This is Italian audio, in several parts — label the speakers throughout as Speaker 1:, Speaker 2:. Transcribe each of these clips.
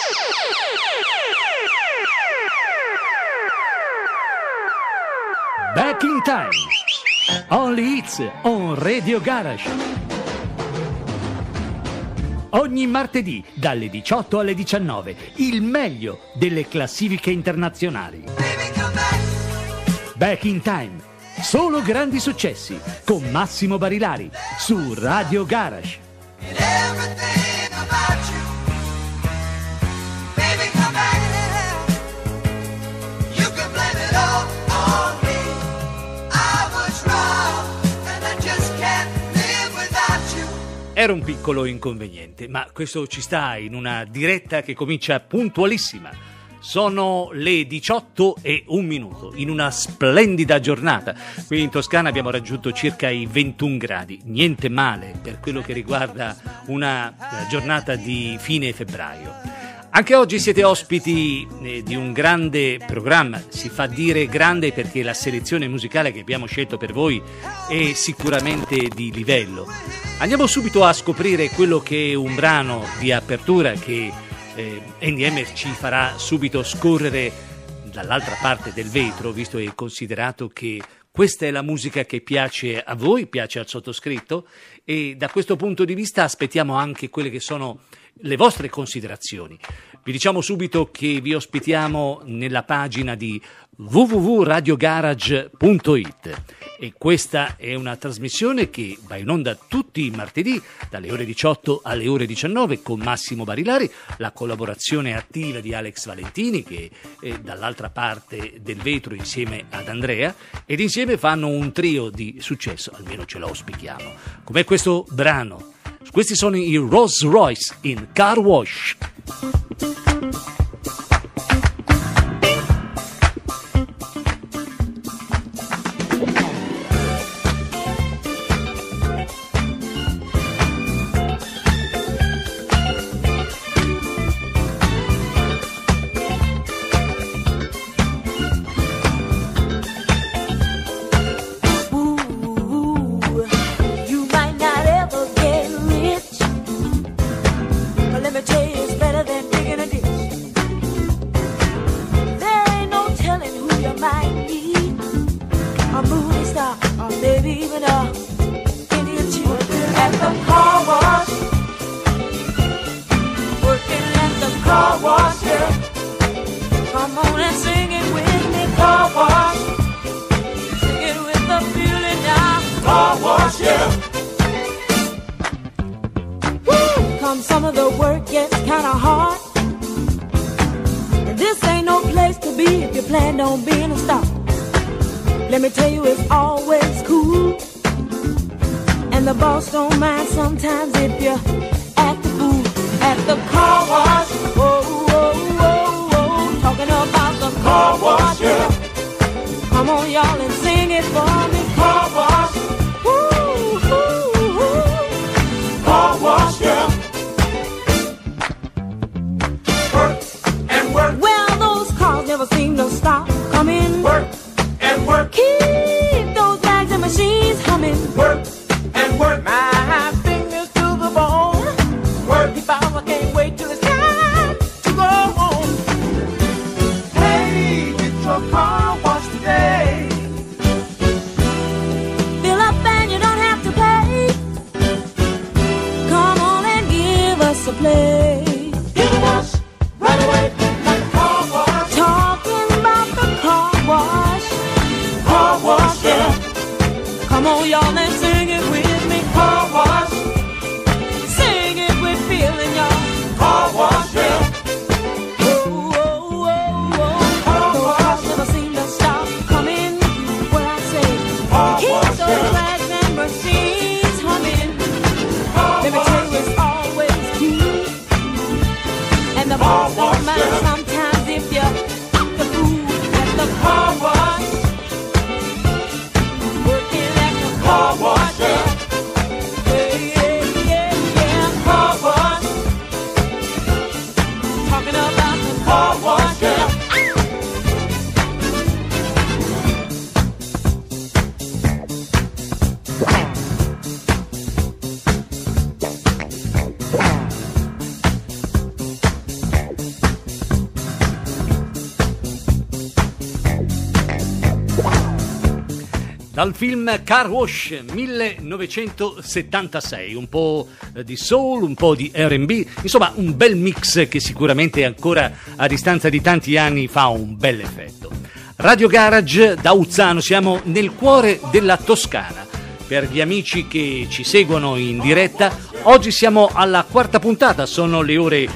Speaker 1: Back in Time. Only hits on Radio Garage. Ogni martedì dalle 18 alle 19 il meglio delle classifiche internazionali. Back in Time. Solo grandi successi con Massimo Barilari su Radio Garage. Era un piccolo inconveniente, ma questo ci sta in una diretta che comincia puntualissima. Sono le 18:01, in una splendida giornata. Qui in Toscana abbiamo raggiunto circa i 21 gradi, niente male per quello che riguarda una giornata di fine febbraio. Anche oggi siete ospiti di un grande programma, si fa dire grande perché la selezione musicale che abbiamo scelto per voi è sicuramente di livello. Andiamo subito a scoprire quello che è un brano di apertura che Andy Hammer ci farà subito scorrere dall'altra parte del vetro, visto e considerato che questa è la musica che piace a voi, piace al sottoscritto, e da questo punto di vista aspettiamo anche quelle che sono le vostre considerazioni. Vi diciamo subito che vi ospitiamo nella pagina di www.radiogarage.it e questa è una trasmissione che va in onda tutti i martedì dalle ore 18 alle ore 19 con Massimo Barilari, la collaborazione attiva di Alex Valentini che è dall'altra parte del vetro insieme ad Andrea, ed insieme fanno un trio di successo, almeno ce lo auspichiamo, come questo brano. Questi sono i Rolls Royce in Car Wash.
Speaker 2: Some of the work gets kinda hard, and this ain't no place to be if you plan on being a star. Let me tell you, it's always cool, and the boss don't mind sometimes if you act the fool at the car wash. Whoa, whoa, whoa, whoa, talking about the car wash, yeah. Come on, y'all, and sing it for me. Car wash, woo, woo, woo. Car wash, yeah. Well, those cars never seem to stop coming. Work and work. Keep those bags and machines humming. Work and work. My fingers to the bone. Work. If I can't wait till it's time to go home. Hey, get your car washed today. Fill up and you don't have to pay. Come on and give us a play. Give a wash right away. Come on, y'all, and sing it with me. Car wash. Sing it with feeling, y'all. Car wash, yeah. Whoa, whoa, whoa, whoa. Those cars never seem to stop coming. What I say, keep those bags and machines humming. Let me tell you, it's always cool, and the boss don't mind sometimes if you're the fool at the car wash. Car wash, yeah. Yeah, yeah, yeah, yeah. Car wash. Talking about the car wash, yeah.
Speaker 1: Dal film Car Wash 1976, un po' di soul, un po' di R&B, insomma un bel mix che sicuramente ancora a distanza di tanti anni fa un bel effetto. Radio Garage da Uzzano, siamo nel cuore della Toscana. Per gli amici che ci seguono in diretta, oggi siamo alla quarta puntata, sono le ore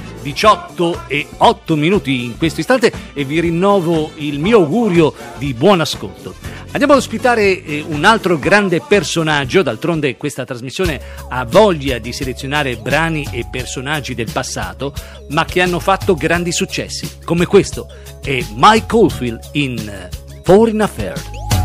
Speaker 1: 18:08 in questo istante e vi rinnovo il mio augurio di buon ascolto. Andiamo ad ospitare un altro grande personaggio, d'altronde questa trasmissione ha voglia di selezionare brani e personaggi del passato, ma che hanno fatto grandi successi, come questo, è Mike Oldfield in Foreign Affair.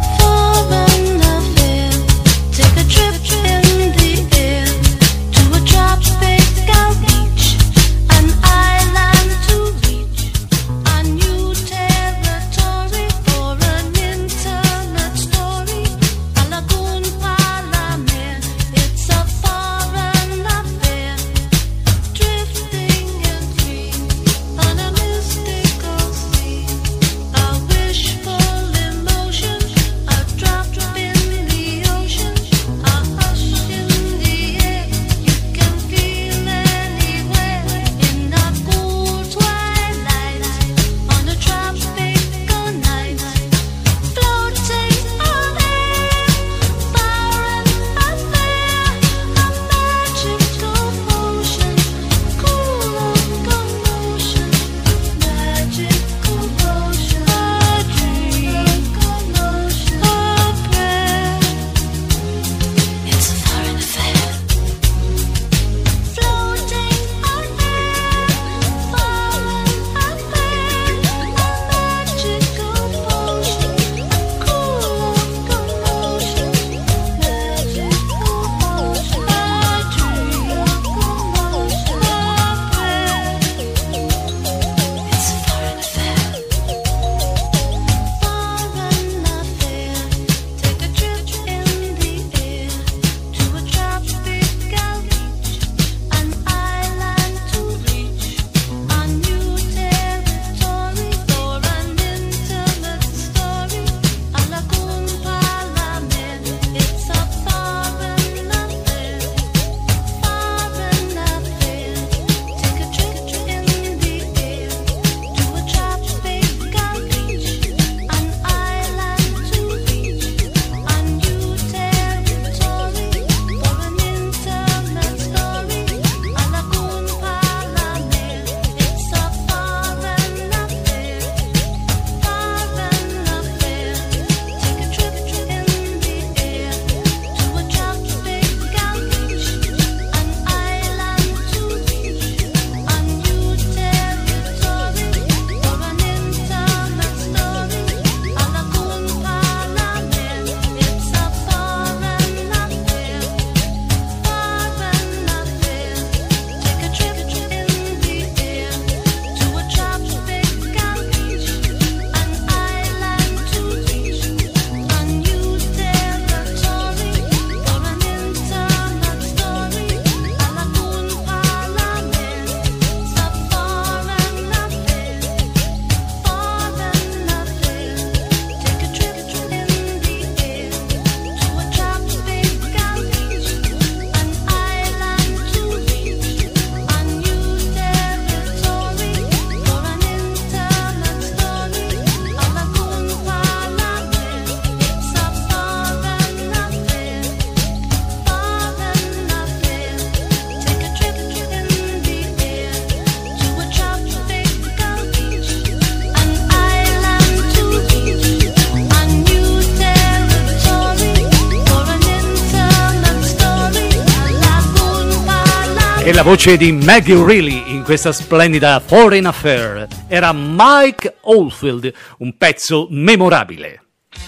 Speaker 1: E la voce di Maggie Reilly in questa splendida Foreign Affair era Mike Oldfield, un pezzo memorabile.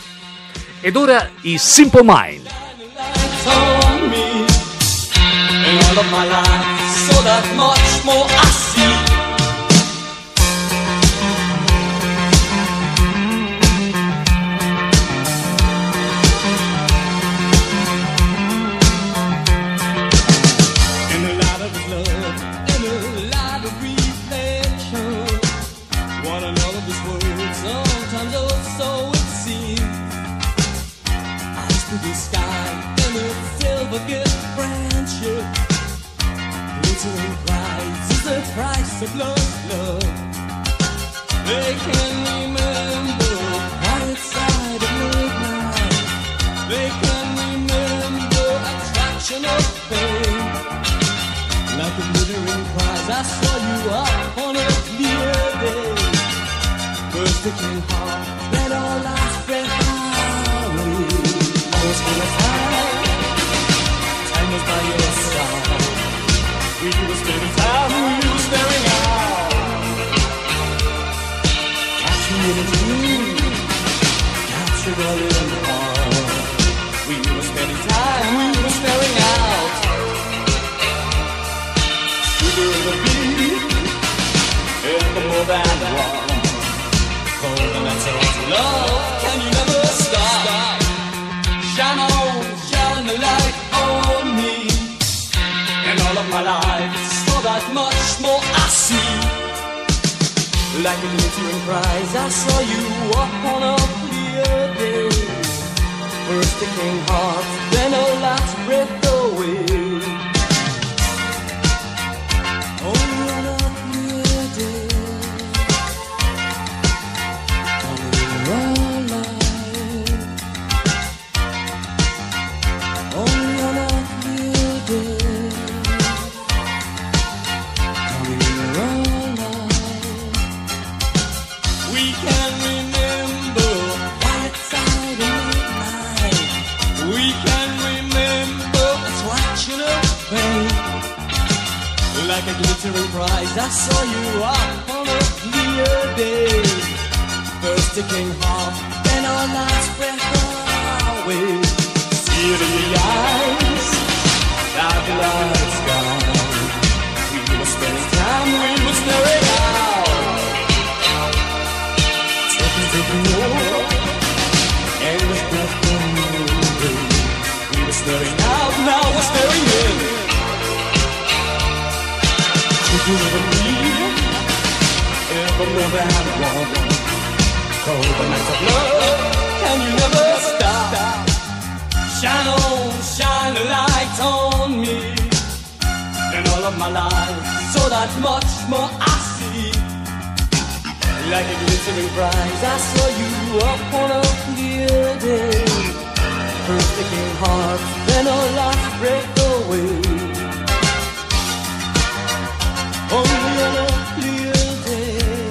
Speaker 1: Ed ora i Simple Mind.
Speaker 3: never get friendship. Glittering prize is the price of love. They can remember quiet side of midnight. They can remember attraction of pain. Like a glittering prize, I saw you up on a clear day. First ticking heart, then all last breath away. Almost full of time was by your side. We were spending time, we were staring out. Catching in a dream, captured all in the heart. We were spending time, we were staring out. Sugar in the beat, ever more than one. Cold and that's all love, can you never stop? Shine on, shine the light on me. And all of my life, so that much more I see. Like a glittering prize, I saw you up on a clear day. First ticking heart, then a last breath away. Only on a clear day. Coming alive. Only on a clear day. Coming alive. We can remember quiet side of midnight. We can remember attraction of pain. Like a glittering prize, I saw you up on a clear day. First ticking heart, then our last breath away. See it in the eyes, now the light's gone. We were spending time, we were staring out. Taking more, endless breath going away. We were staring out, now we're staring in. You never need, ever more than one. Cold the nights of love, can you never stop? Shine on, shine a light on me. And all of my life, so that much more I see. Like a glittering prize, I saw you up on a clear day. First ticking heart, then a last breath away. Only on a clear day.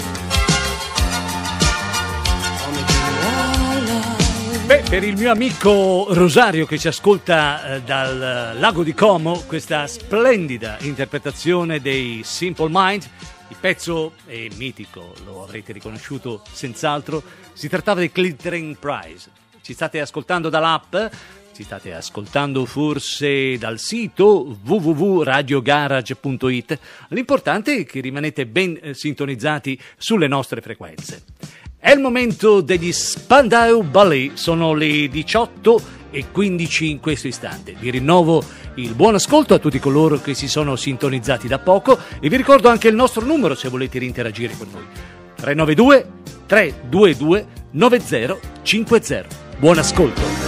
Speaker 1: Beh, per il mio amico Rosario che ci ascolta dal lago di Como, questa splendida interpretazione dei Simple Minds, il pezzo è mitico, lo avrete riconosciuto senz'altro, si trattava di Glittering Prize. Ci state ascoltando dall'app? Ci state ascoltando forse dal sito www.radiogarage.it. L'importante è che rimanete ben sintonizzati sulle nostre frequenze. È il momento degli Spandau Ballet, sono le 18:15 in questo istante. Vi rinnovo il buon ascolto a tutti coloro che si sono sintonizzati da poco e vi ricordo anche il nostro numero se volete interagire con noi. 392 322 9050. Buon ascolto.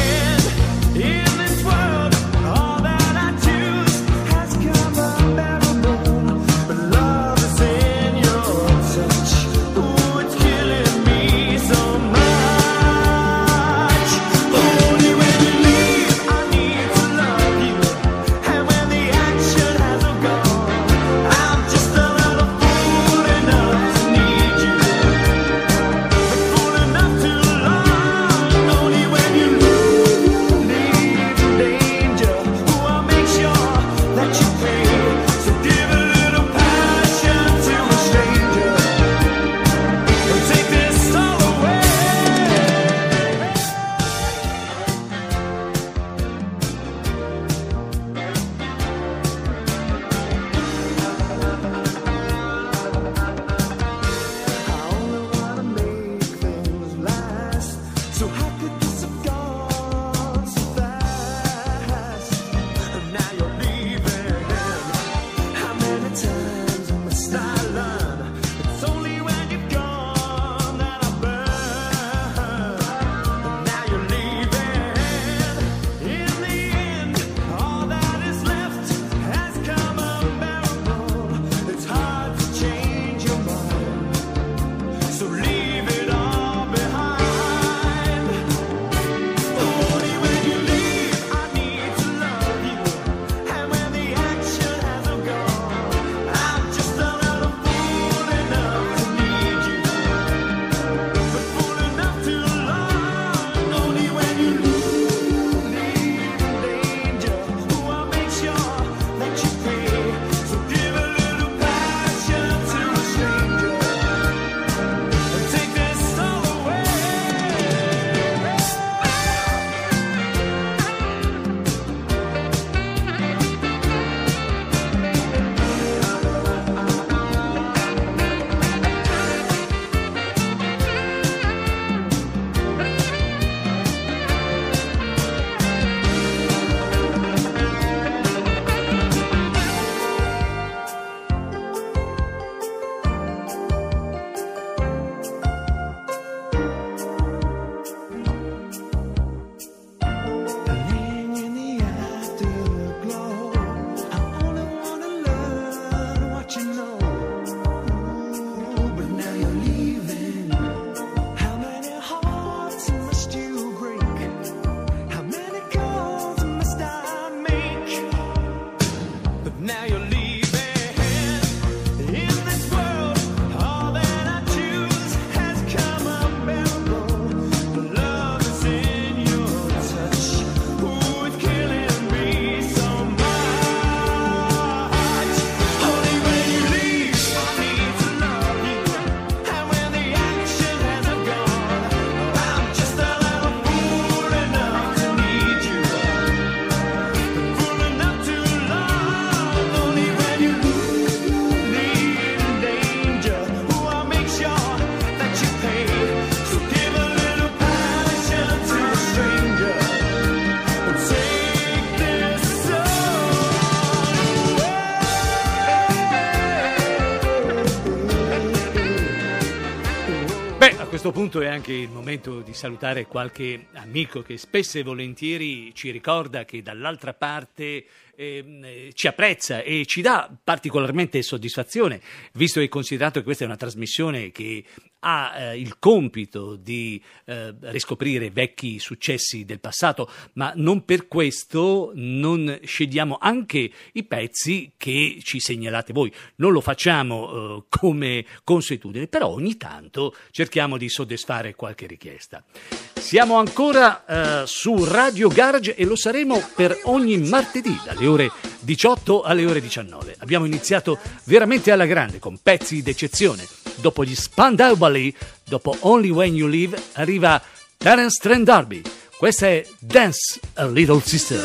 Speaker 4: All that I choose has come a
Speaker 1: questo punto è anche il momento di salutare qualche amico che spesso e volentieri ci ricorda che dall'altra parte ci apprezza e ci dà particolarmente soddisfazione, visto e considerato che questa è una trasmissione che ha il compito di riscoprire vecchi successi del passato, ma non per questo non scegliamo anche i pezzi che ci segnalate voi. Non lo facciamo come consuetudine, però ogni tanto cerchiamo di soddisfare qualche richiesta. Siamo ancora su Radio Garage e lo saremo per ogni martedì dalle ore 18 alle ore 19. Abbiamo iniziato veramente alla grande con pezzi d'eccezione. Dopo gli Spandau Ballet, dopo Only When You Leave, arriva Terence Trent D'Arby. Questa è Dance a Little Sister.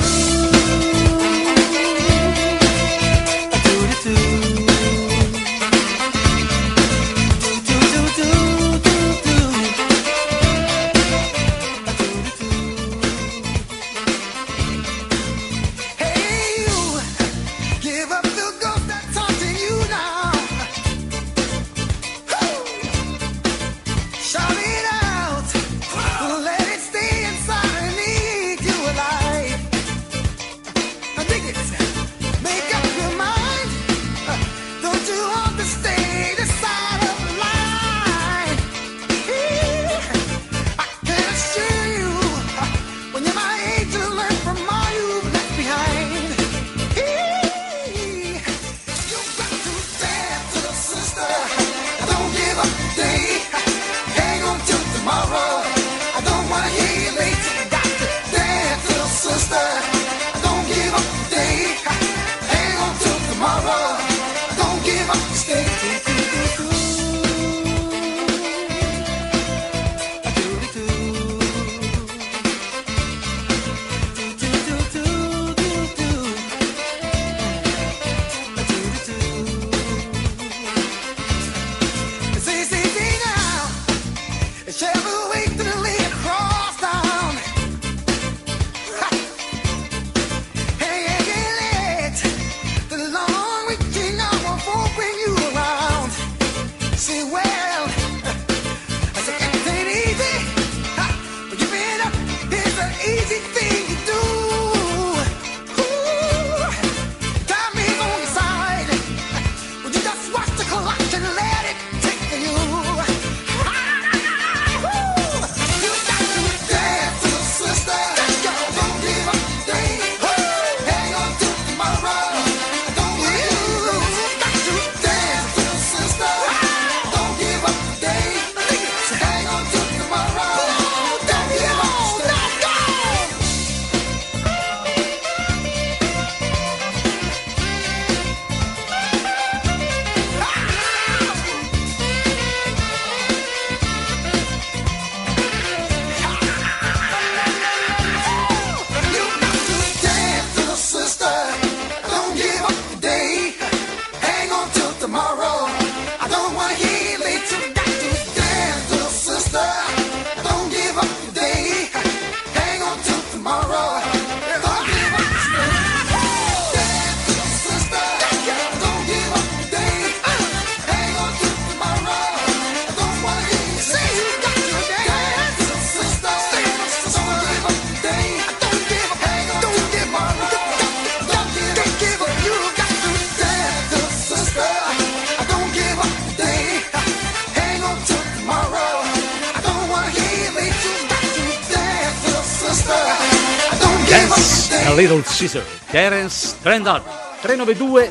Speaker 1: A Little Sister, Terence Trent D'Arby. 392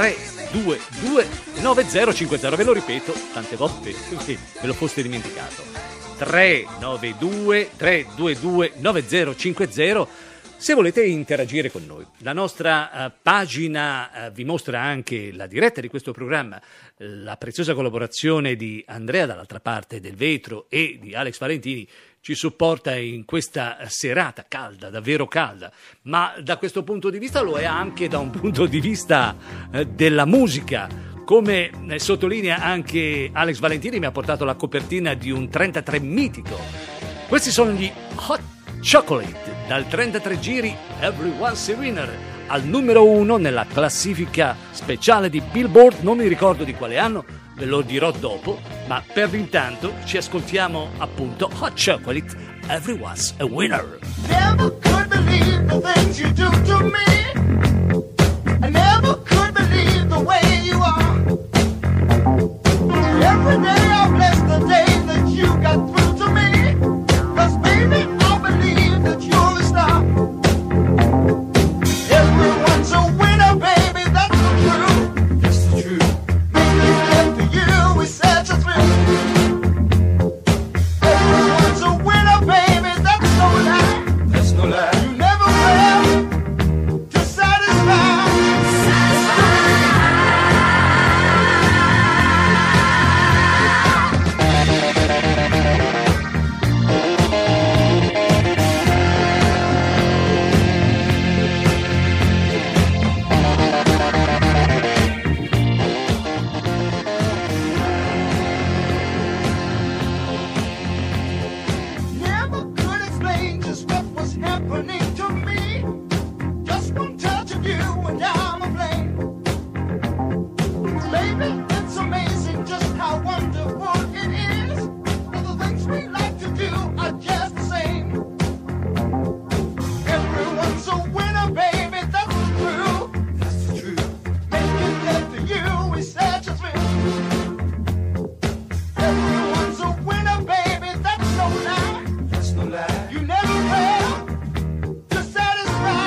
Speaker 1: 322 9050. Ve lo ripeto tante volte che ve lo foste dimenticato. 392 322 9050. Se volete interagire con noi. La nostra pagina vi mostra anche la diretta di questo programma, la preziosa collaborazione di Andrea dall'altra parte del vetro e di Alex Valentini ci supporta in questa serata calda, davvero calda, ma da questo punto di vista lo è anche da un punto di vista della musica. Come sottolinea anche Alex Valentini, mi ha portato la copertina di un 33 mitico. Questi sono gli Hot Chocolate, dal 33 giri Everyone's a Winner, al numero 1 nella classifica speciale di Billboard, non mi ricordo di quale anno, ve lo dirò dopo. Ma per l'intanto ci ascoltiamo appunto Hot Chocolate, Everyone's a Winner.
Speaker 4: Never could believe the things you do to me. I never could believe the way you are. Every day I bless the day that you got through to me. 'Cause baby, I believe that you're a star. Everyone's a winner, baby, that's the truth. That's the truth. Making love to you is such a thrill. Everyone's a winner, baby, that's no lie. That's no lie. You never fail to satisfy. Never could explain just what was happening to me. Just one touch of you and I'm a flame. Baby, it's amazing just how wonderful it is. All the things we like to do are just the same. Everyone's a winner, baby, that's the truth. That's the truth. Making love to you is such a thrill. Everyone's a winner, baby, that's no lie. That's no lie. You never fail to satisfy.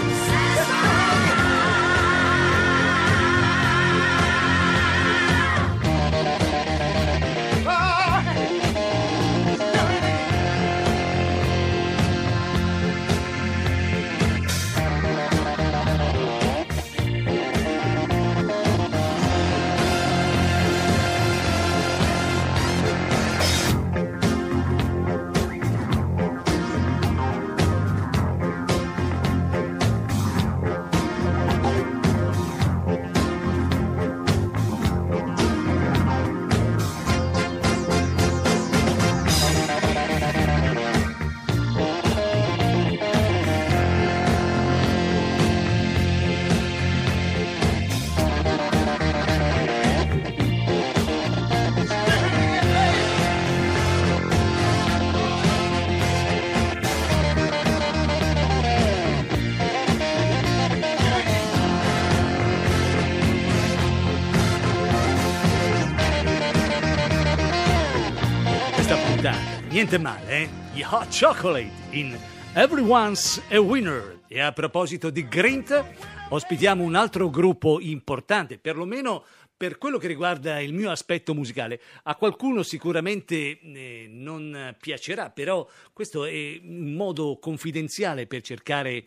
Speaker 1: Questa puntata, niente male, eh? Gli Hot Chocolate in Everyone's a Winner. E a proposito di Grint, ospitiamo un altro gruppo importante, perlomeno per quello che riguarda il mio aspetto musicale. A qualcuno sicuramente non piacerà, però questo è un modo confidenziale per cercare,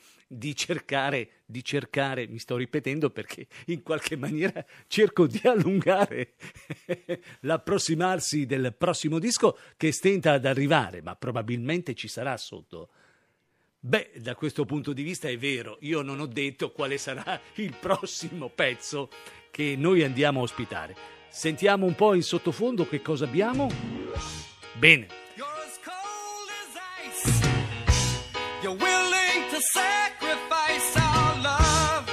Speaker 1: mi sto ripetendo perché in qualche maniera cerco di allungare l'approssimarsi del prossimo disco che stenta ad arrivare, ma probabilmente ci sarà sotto. Beh, da questo punto di vista è vero, io non ho detto quale sarà il prossimo pezzo che noi andiamo a ospitare. Sentiamo un po' in sottofondo che cosa abbiamo. Bene.
Speaker 3: You're as cold as ice. You're willing to sacrifice our love.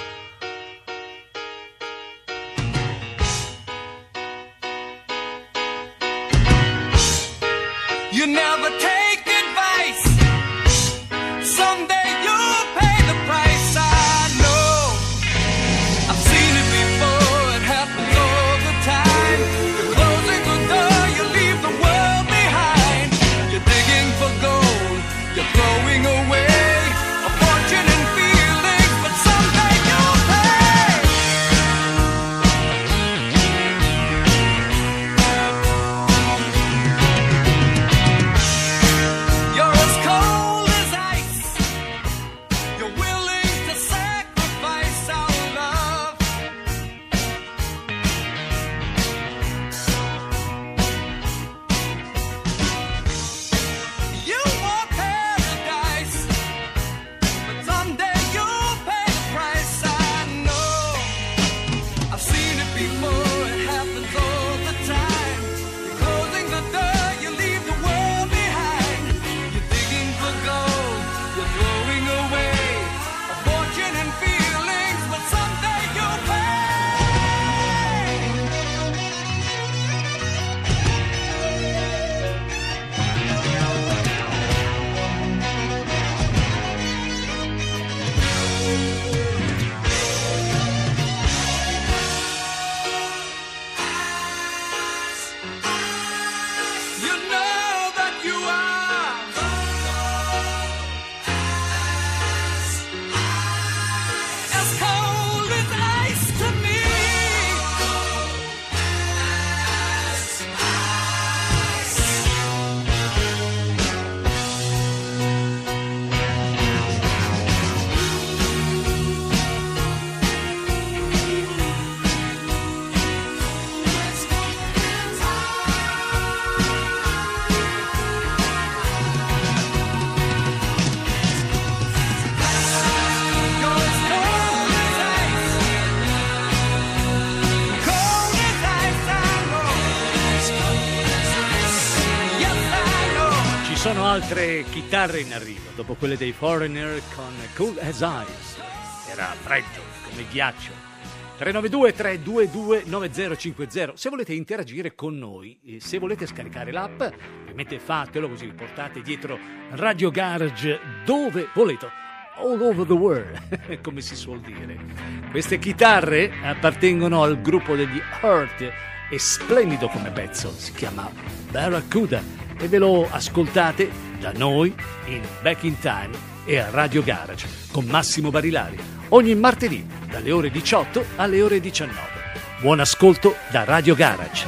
Speaker 3: You never take advice. Someday you'll pay the price. I know. I've seen it before. It happens all the time. You're closing the door. You leave the world behind. You're digging for gold. You're throwing away a fortune and feelings
Speaker 1: altre chitarre in arrivo, dopo quelle dei Foreigner con Cool as Ice. Era freddo come ghiaccio. 392-322-9050. Se volete interagire con noi, se volete scaricare l'app, ovviamente fatelo, così portate dietro Radio Garage dove volete, all over the world, come si suol dire. Queste chitarre appartengono al gruppo degli Hurt, è splendido come pezzo, si chiama Barracuda e ve lo ascoltate da noi in Back in Time e a Radio Garage con Massimo Barilari ogni martedì dalle ore 18 alle ore 19. Buon ascolto da Radio Garage.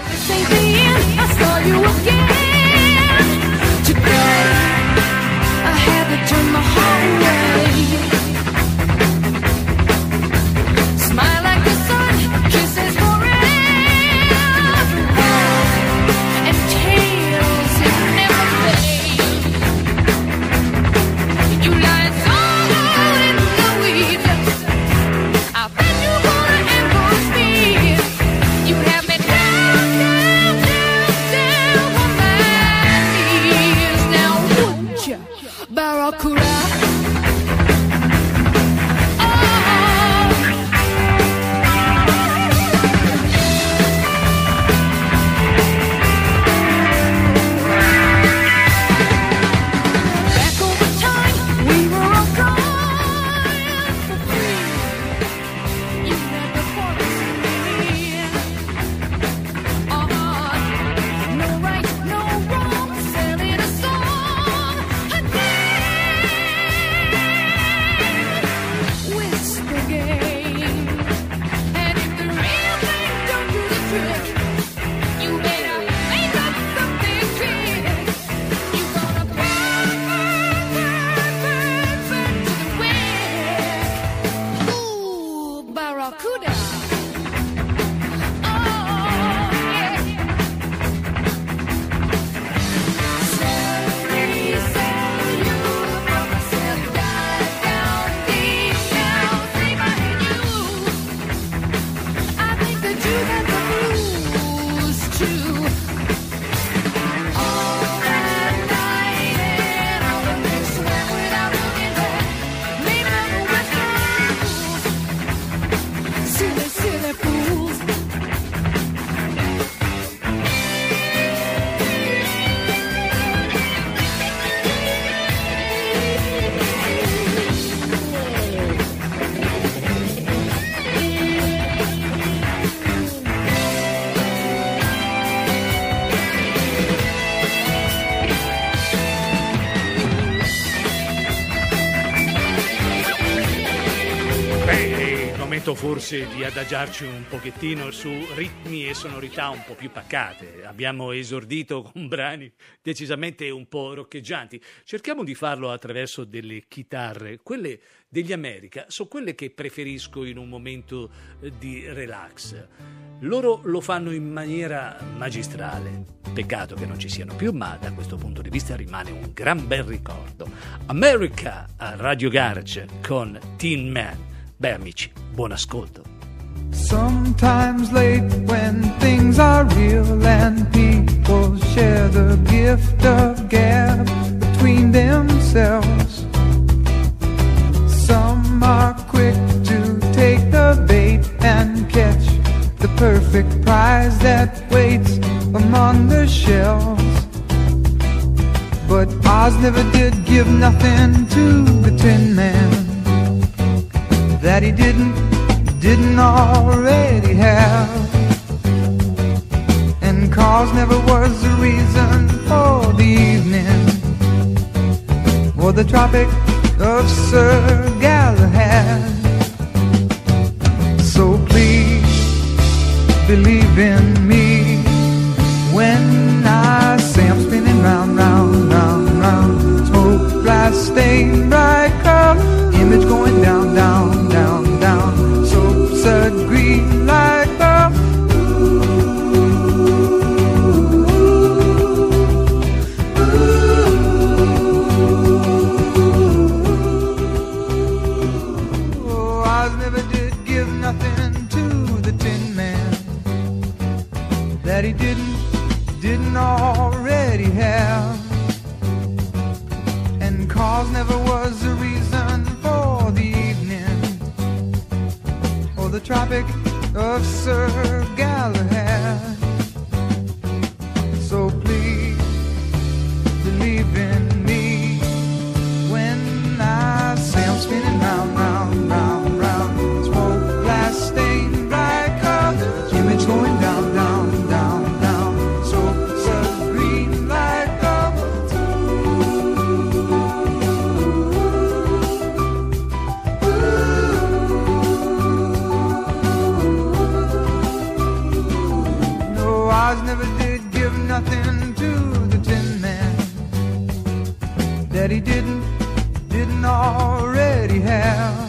Speaker 1: Forse di adagiarci un pochettino su ritmi e sonorità un po' più pacate. Abbiamo esordito con brani decisamente un po' roccheggianti. Cerchiamo di farlo attraverso delle chitarre. Quelle degli America sono quelle che preferisco in un momento di relax. Loro lo fanno in maniera magistrale. Peccato che non ci siano più, ma da questo punto di vista rimane un gran bel ricordo. America a Radio Garage con Tin Man. Beh amici, buon ascolto.
Speaker 5: Sometimes late when things are real and people share the gift of gab between themselves. Some are quick to take the bait and catch the perfect prize that waits among the shelves. But Oz never did give nothing to the Tin Man that he didn't already have. And cause never was the reason for the evening or the Tropic of Sir Galahad. So please believe in me when I say I'm spinning round, round, round, round. Smoke, glass, stain, bright color, image going down, down, down, down. Soap, sud, green, light bulb. Tropic of Sir Galahad. So please believe in me when I say I'm spinning round, round, round, round. Smoke glass stained black cup, image going down, down, down, down. So green like up. No, I never did give nothing to the Tin Man that he didn't already have.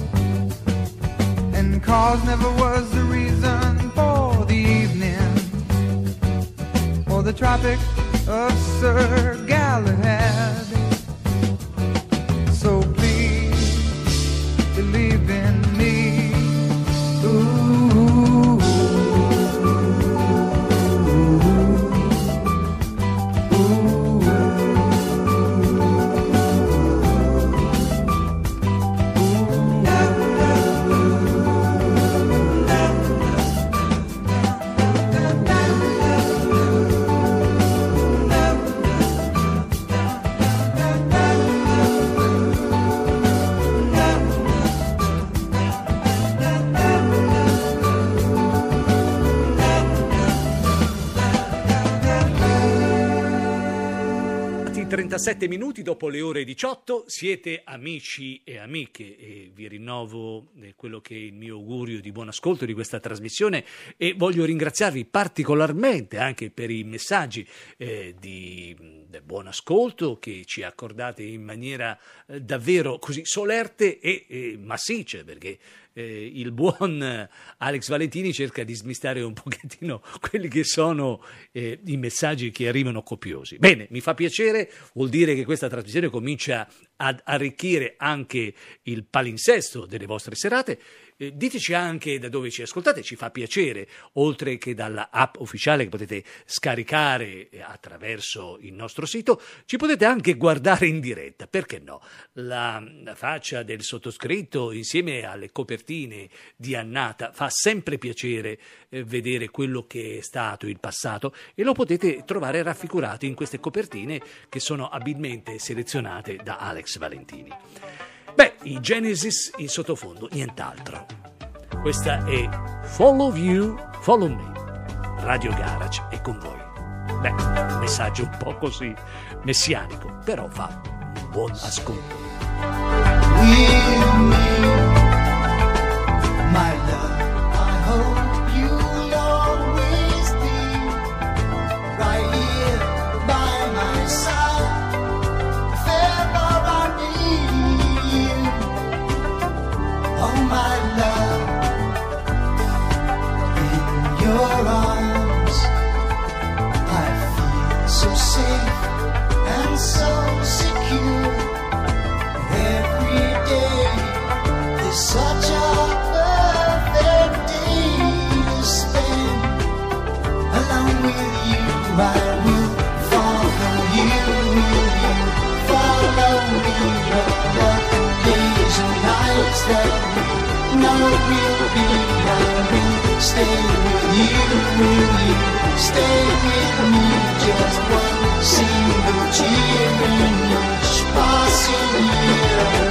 Speaker 5: And cause never was the reason for the evening or the Tropic of Sir Galahad. So please believe in me. Ooh.
Speaker 1: Passati 37 minuti dopo le ore 18, siete amici e amiche e vi rinnovo quello che è il mio augurio di buon ascolto di questa trasmissione e voglio ringraziarvi particolarmente anche per i messaggi di buon ascolto che ci accordate in maniera davvero così solerte e massicce, perché il buon Alex Valentini cerca di smistare un pochettino quelli che sono i messaggi che arrivano copiosi. Bene, mi fa piacere, vuol dire che questa trasmissione comincia ad arricchire anche il palinsesto delle vostre serate. Diteci anche da dove ci ascoltate, ci fa piacere, oltre che dalla app ufficiale che potete scaricare attraverso il nostro sito, ci potete anche guardare in diretta, perché no? La faccia del sottoscritto insieme alle copertine di Annata fa sempre piacere vedere quello che è stato il passato e lo potete trovare raffigurato in queste copertine che sono abilmente selezionate da Alex Valentini. Beh, i Genesis in sottofondo, nient'altro. Questa è Follow You, Follow Me. Radio Garage è con voi. Beh, un messaggio un po' così messianico, però fa un buon ascolto.
Speaker 3: With me, my love, I hope you'll always be right here by my side. Oh my love, in your arms I feel so safe and so secure. Every day is such a perfect day to spend along with you. I will follow you, follow me all the days and nights that no, we'll be, I will stay with you, stay with me, just one single cheer in each passing year.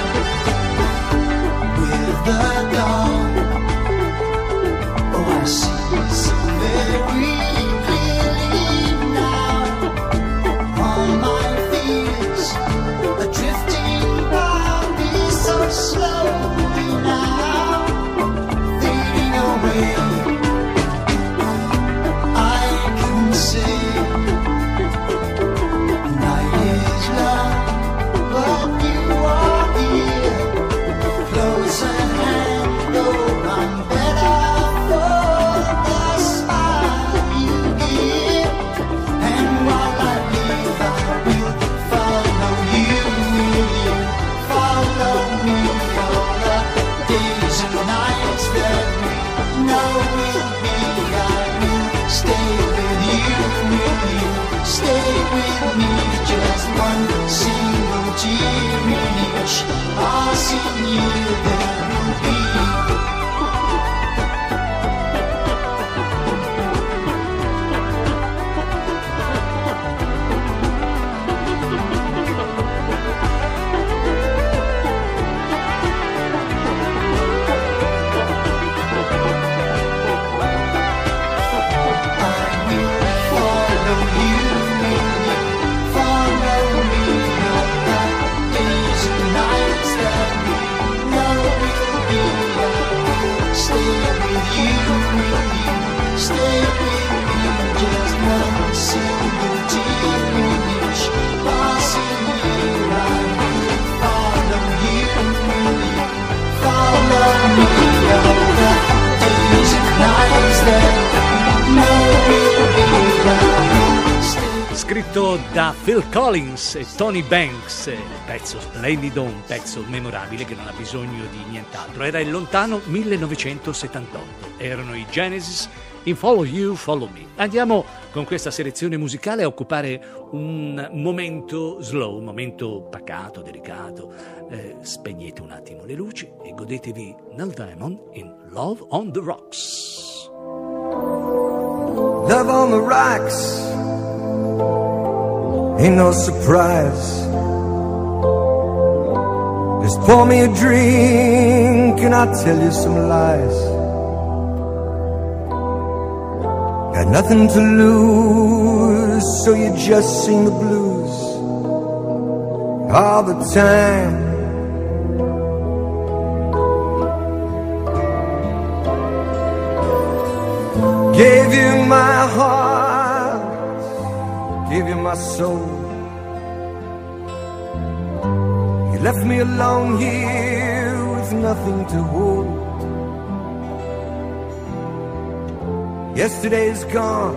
Speaker 3: With the dawn, oh I see so very clearly now, all my fears are drifting by me so slowly now. I can say night is long, but you are here, close at hand, though I'm better for the smile you give. And while I live, I will follow you, follow me all the days and nights that know will be. I will stay with you, stay with me, just one single tear in each passing year there will be.
Speaker 1: brano da Phil Collins e Tony Banks, un pezzo splendido, un pezzo memorabile che non ha bisogno di nient'altro. Era il lontano 1978, erano i Genesis in Follow You, Follow Me. Andiamo con questa selezione musicale a occupare un momento slow, un momento pacato, delicato. Spegnete un attimo le luci e godetevi Neil Diamond in Love on the Rocks.
Speaker 6: Love on the rocks ain't no surprise. Just pour me a drink and I'll tell you some lies. Got nothing to lose, so you just sing the blues all the time. Gave you my heart, gave you my soul. You left me alone here with nothing to hold. Yesterday's gone,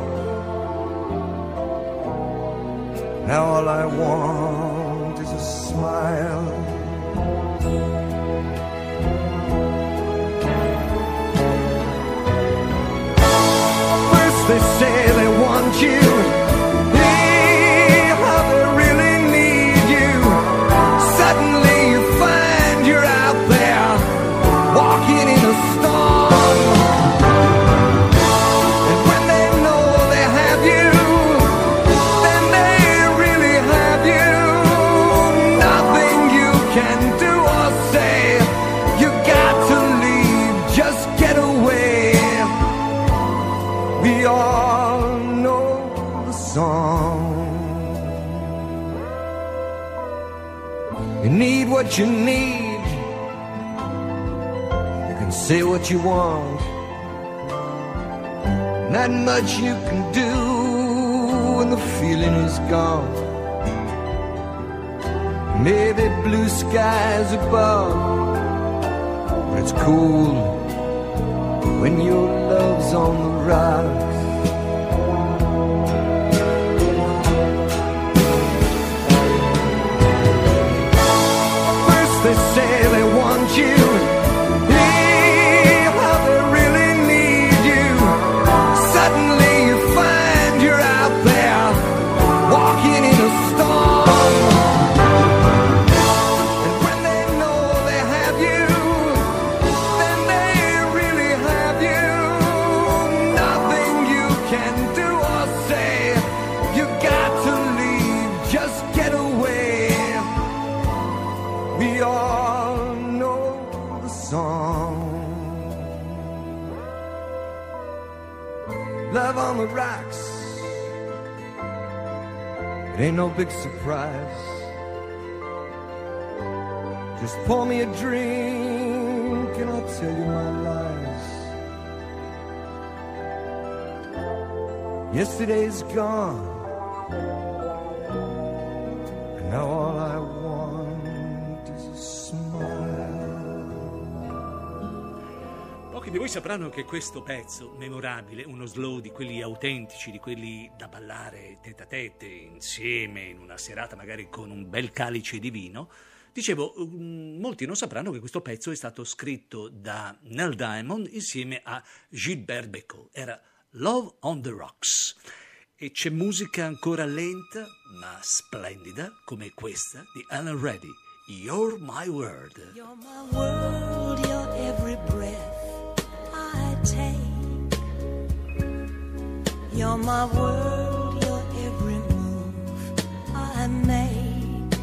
Speaker 6: now all I want is a smile. First they say they want you, how they really need you. Suddenly you find you're out there, walking in a storm. You need what you need. You can say what you want. Not much you can do when the feeling is gone. Maybe blue skies above, but it's cool when your love's on the rocks. They say they want you, how they really need you. Suddenly you find you're out there, walking in a storm. And when they know they have you, then they really have you. Nothing you can do or say, you got to leave, just get away. We all know the song. Love on the rocks, it ain't no big surprise. Just pour me a drink and I'll tell you my lies. Yesterday's gone, and now all I want.
Speaker 1: Pochi di voi sapranno che questo pezzo memorabile, uno slow di quelli autentici, di quelli da ballare tête à tête insieme in una serata magari con un bel calice di vino, dicevo, molti non sapranno che questo pezzo è stato scritto da Neil Diamond insieme a Gilbert Bécaud. Era Love on the Rocks. E c'è musica ancora lenta ma splendida come questa di Alan Reddy. You're my world.
Speaker 7: You're my world, you're every breath I take. You're my world, you're every move I make.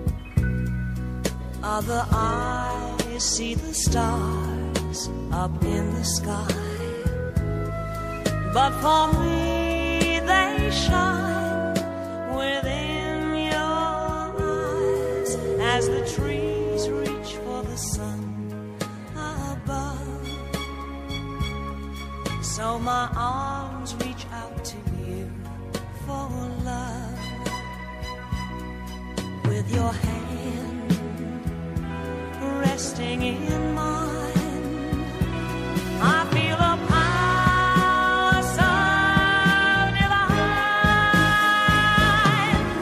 Speaker 7: Other eyes see the stars up in the sky, but for me they shine within your eyes as the trees reach for the sun above. So my arms reach out to you for love. With your hand resting in mine, I feel a power so divine.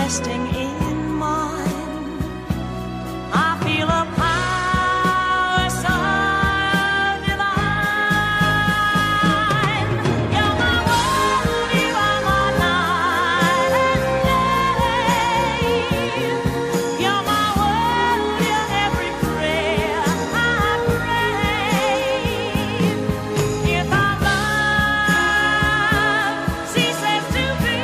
Speaker 7: resting in mine. I feel a power so divine. You're my world, you are my night and day. You're my world, you're every prayer I pray. If our love ceases to be,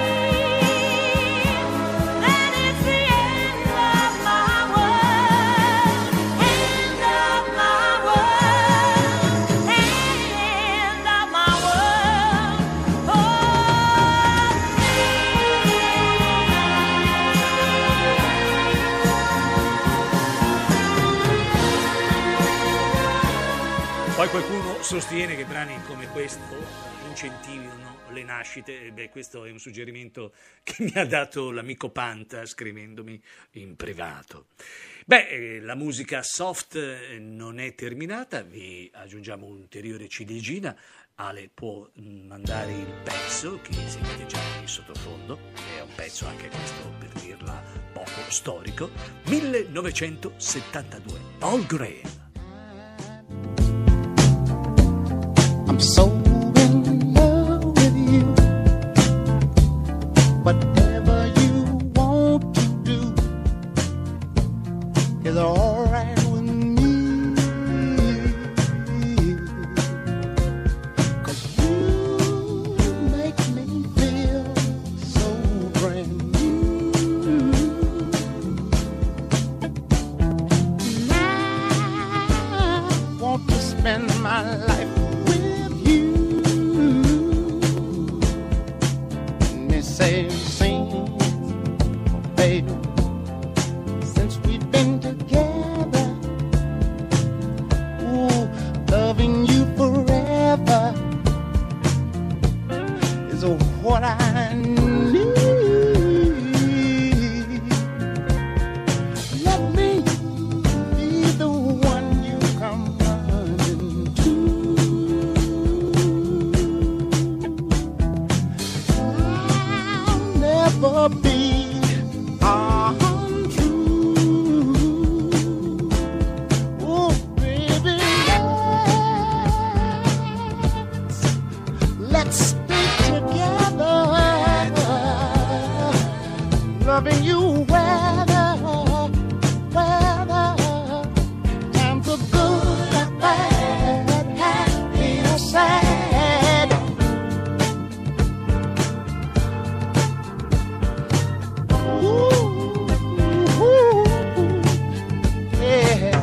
Speaker 7: then it's the end of my world, end of my world, end of my world.
Speaker 1: Poi qualcuno sostiene che brani come questo incentivino le nascite. Beh, questo è un suggerimento che mi ha dato l'amico Panta scrivendomi in privato. Beh, la musica soft non è terminata, vi aggiungiamo un'ulteriore ciliegina. Ale può mandare il pezzo che sentite già in sottofondo, è un pezzo anche questo, per dirla poco storico, 1972, Paul Graham.
Speaker 4: I'm so in love with you. Whatever you want to do is alright with me. 'Cause you make me feel so brand new. And I want to spend my life baby, since we've been together, ooh, loving you forever is what I need. Let me be the one you come running to. I'll never be loving you weather, times are good and bad, happy or sad. Ooh, yeah.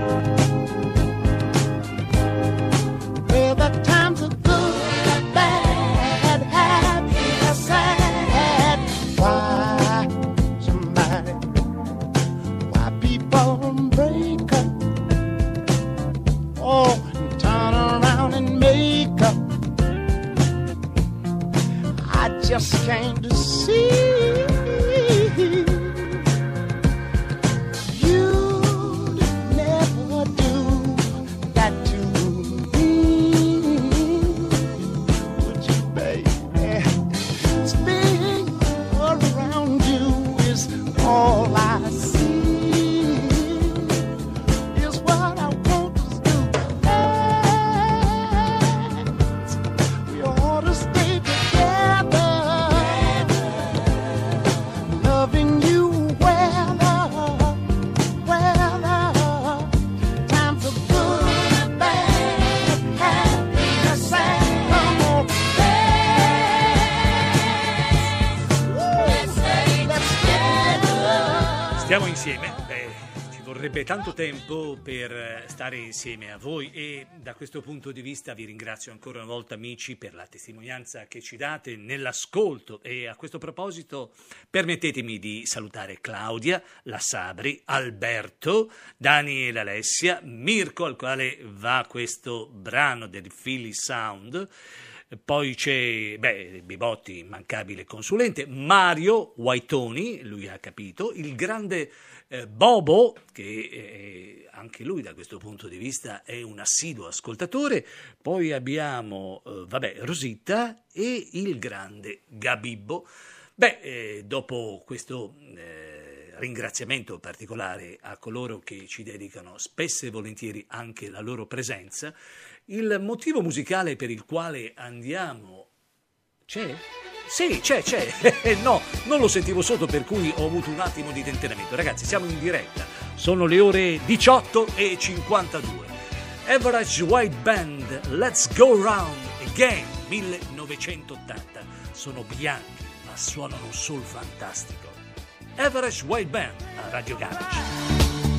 Speaker 4: Well, the times are good and bad, happy or sad. Why? Break up, oh, and turn around and make up. I just came to see you'd never do that to me, would you, baby? Being around you is all I see.
Speaker 1: Stiamo insieme, ci vorrebbe tanto tempo per stare insieme a voi e da questo punto di vista vi ringrazio ancora una volta amici per la testimonianza che ci date nell'ascolto e a questo proposito permettetemi di salutare Claudia, la Sabri, Alberto, Dani e l'Alessia, Mirko al quale va questo brano del Philly Sound. Poi c'è Bibotti, immancabile consulente, Mario Guaitoni, lui ha capito, il grande Bobo, che anche lui da questo punto di vista è un assiduo ascoltatore, poi abbiamo Rosita e il grande Gabibbo. Dopo questo ringraziamento particolare a coloro che ci dedicano spesso e volentieri anche la loro presenza, il motivo musicale per il quale andiamo... C'è? Sì, c'è. No, non lo sentivo sotto, per cui ho avuto un attimo di tentennamento. Ragazzi, siamo in diretta, sono le ore 18:52. Average White Band, Let's Go Round Again, 1980. Sono bianchi, ma suonano un soul fantastico. Average White Band a Radio Garage.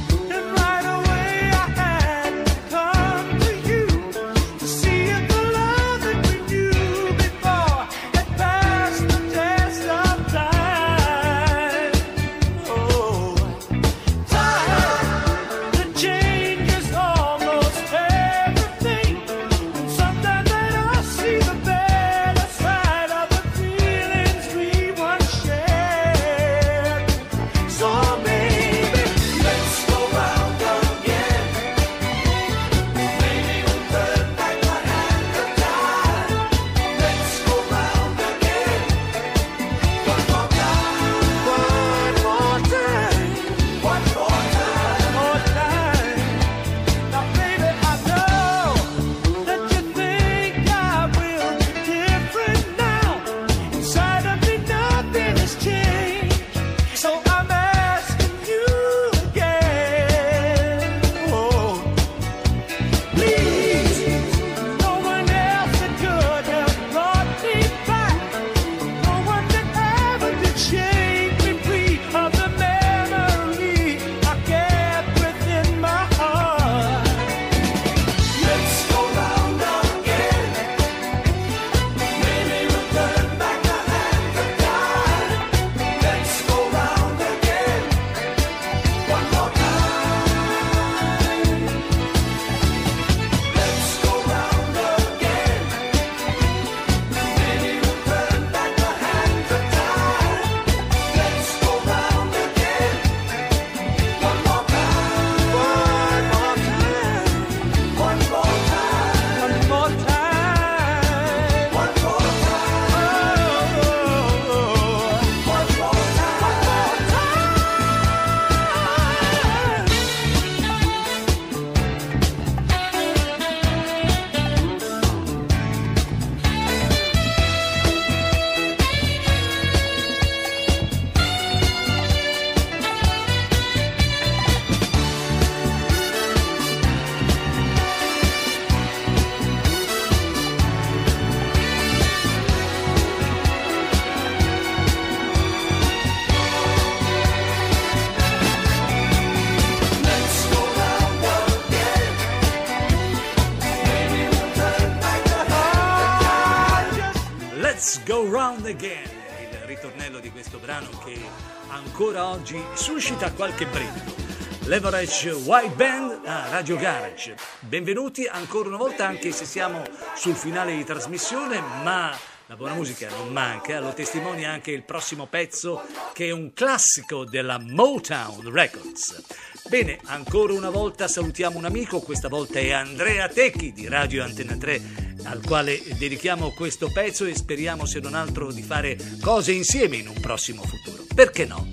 Speaker 1: Go Round Again, il ritornello di questo brano che ancora oggi suscita qualche brivido. L'Average White Band a Radio Garage. Benvenuti ancora una volta, anche se siamo sul finale di trasmissione, ma la buona musica non manca, lo testimonia anche il prossimo pezzo che è un classico della Motown Records. Bene, ancora una volta salutiamo un amico, questa volta è Andrea Tecchi di Radio Antenna 3, al quale dedichiamo questo pezzo e speriamo se non altro di fare cose insieme in un prossimo futuro. Perché no?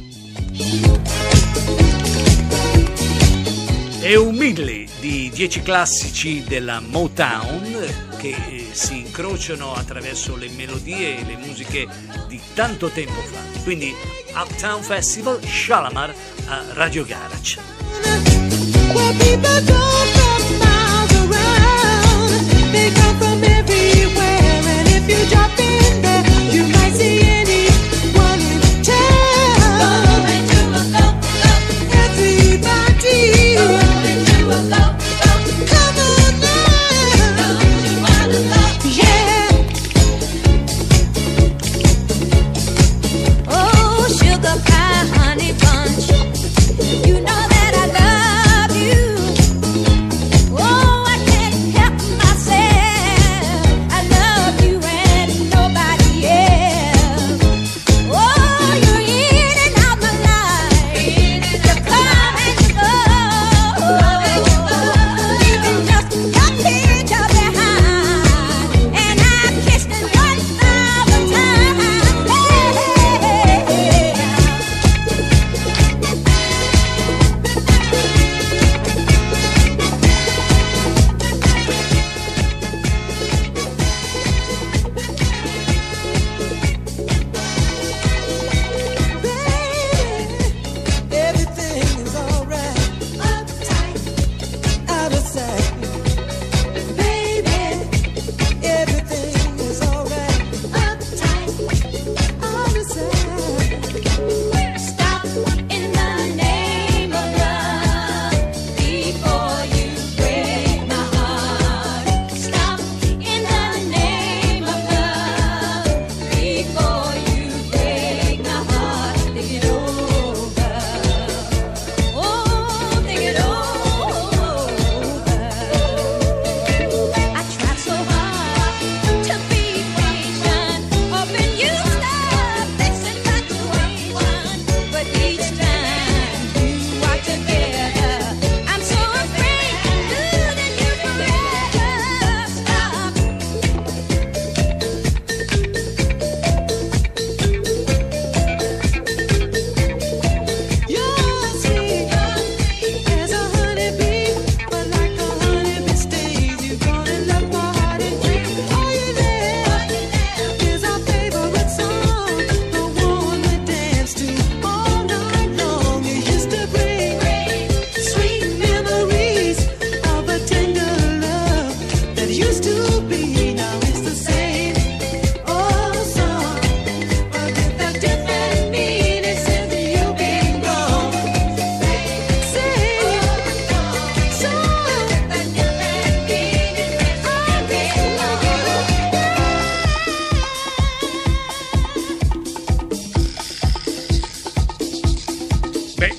Speaker 1: È un medley di 10 classici della Motown che si incrociano attraverso le melodie e le musiche di tanto tempo fa. Quindi Uptown Festival, Shalamar a Radio Garage.
Speaker 2: Where people go from miles around, they come from everywhere, and if you drop in there, you might see anyone in town. Going to a go, everybody. Going to a go, come on now. Don't you wanna go? Yeah. Oh, sugar pie, honey bunch, you know that I love you. Oh, I can't help myself.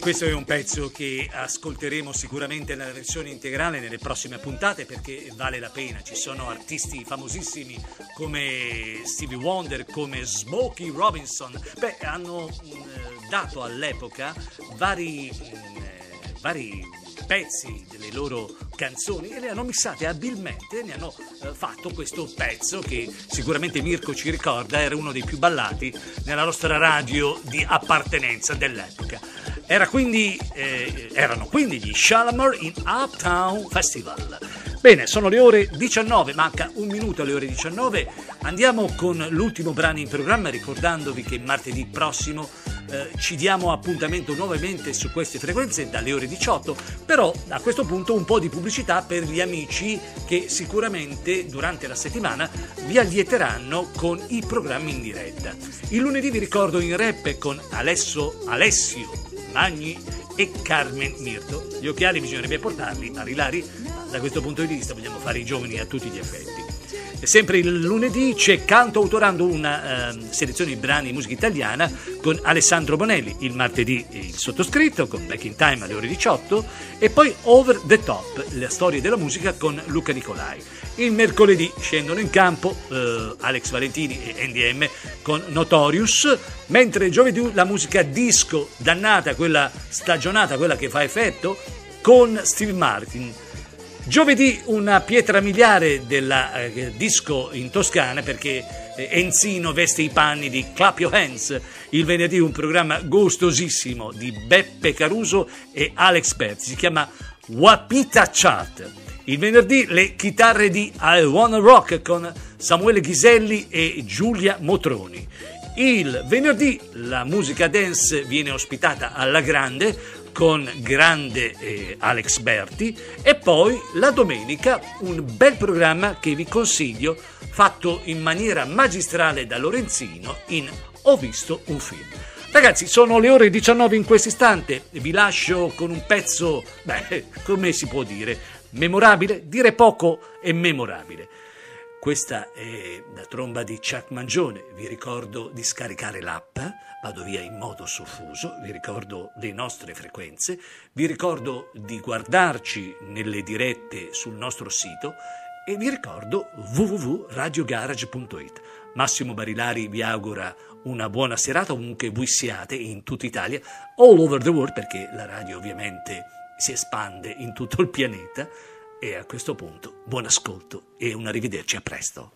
Speaker 1: Questo è un pezzo che ascolteremo sicuramente nella versione integrale nelle prossime puntate, perché vale la pena. Ci sono artisti famosissimi come Stevie Wonder, come Smokey Robinson. Hanno dato all'epoca vari pezzi delle loro canzoni e le hanno mixate abilmente, ne hanno fatto questo pezzo che sicuramente Mirko ci ricorda, era uno dei più ballati nella nostra radio di appartenenza dell'epoca. Erano quindi gli Shalamar in Uptown Festival. Bene, sono le ore 19, manca un minuto alle ore 19. Andiamo con l'ultimo brano in programma, ricordandovi che martedì prossimo ci diamo appuntamento nuovamente su queste frequenze dalle ore 18, però a questo punto un po' di pubblicità per gli amici che sicuramente durante la settimana vi allieteranno con i programmi in diretta. Il lunedì vi ricordo in rap con Alessio Magni e Carmen Mirto. Gli occhiali bisognerebbe portarli a Rilari, da questo punto di vista vogliamo fare i giovani a tutti gli effetti. E sempre il lunedì c'è Canto Autorando, una selezione di brani di musica italiana con Alessandro Bonelli. Il martedì il sottoscritto con Back in Time alle ore 18 e poi Over the Top, la storia della musica con Luca Nicolai. Il mercoledì scendono in campo Alex Valentini e NDM con Notorious, mentre giovedì la musica disco dannata, quella stagionata, quella che fa effetto, con Steve Martin. Giovedì una pietra miliare della disco in Toscana, perché Enzino veste i panni di Clap Your Hands. Il venerdì un programma gustosissimo di Beppe Caruso e Alex Perzi, si chiama Wapita Chart. Il venerdì le chitarre di I Wanna Rock con Samuele Ghiselli e Giulia Motroni. Il venerdì la musica dance viene ospitata alla grande con grande Alex Berti, e poi la domenica un bel programma che vi consiglio, fatto in maniera magistrale da Lorenzino in Ho visto un film. Ragazzi, sono le ore 19 in questo istante, vi lascio con un pezzo, come si può dire, memorabile, dire poco e memorabile. Questa è la tromba di Chuck Mangione. Vi ricordo di scaricare l'app, vado via in modo soffuso, vi ricordo le nostre frequenze, vi ricordo di guardarci nelle dirette sul nostro sito e vi ricordo www.radiogarage.it. Massimo Barilari vi augura una buona serata ovunque voi siate in tutta Italia, all over the world, perché la radio ovviamente si espande in tutto il pianeta. E a questo punto buon ascolto e un arrivederci, a presto.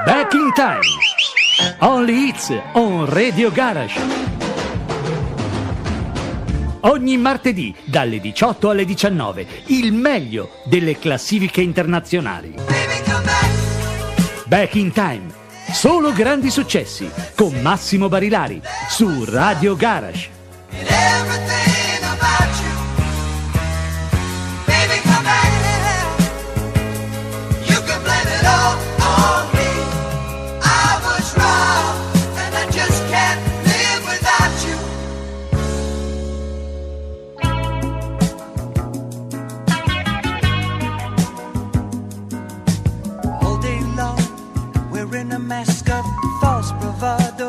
Speaker 1: Back in Time. Only hits on Radio Garage. Ogni martedì dalle 18 alle 19 il meglio delle classifiche internazionali. Back in Time. Solo grandi successi con Massimo Barilari su Radio Garage.
Speaker 8: Mask of false bravado,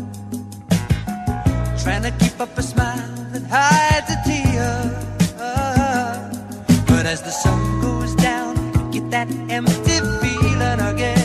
Speaker 8: trying to keep up a smile that hides a tear. But as the sun goes down, get that empty feeling again.